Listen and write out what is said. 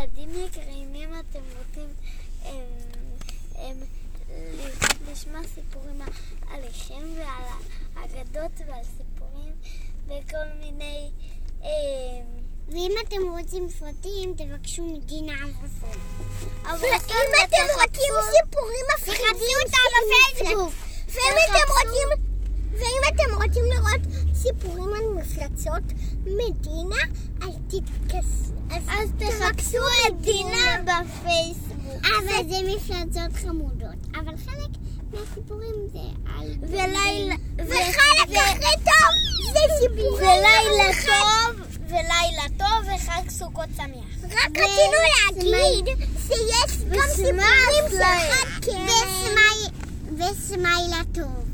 ילדים יקרים, אם אתם רוצים לשמוע סיפורים עליכם ועל אגדות ועל סיפורים וכל מיני... ואם אתם רוצים סרטים, תבקשו מדינה עבוסון. ואם אתם רוצים סיפורים מפחידים בפייסבוק. ואם אתם רוצים לראות סיפורים על מפלצות מדינה, אז תחפשו את דינה בפייסבוק. אבל זה מפלצות חמודות. אבל חלק מהסיפורים זה על... וחלק הכי טוב זה סיפורים. ולילה טוב וחג סוכות שמח. רק רצינו להגיד שיש גם סיפורים של חג וסמיילה טוב.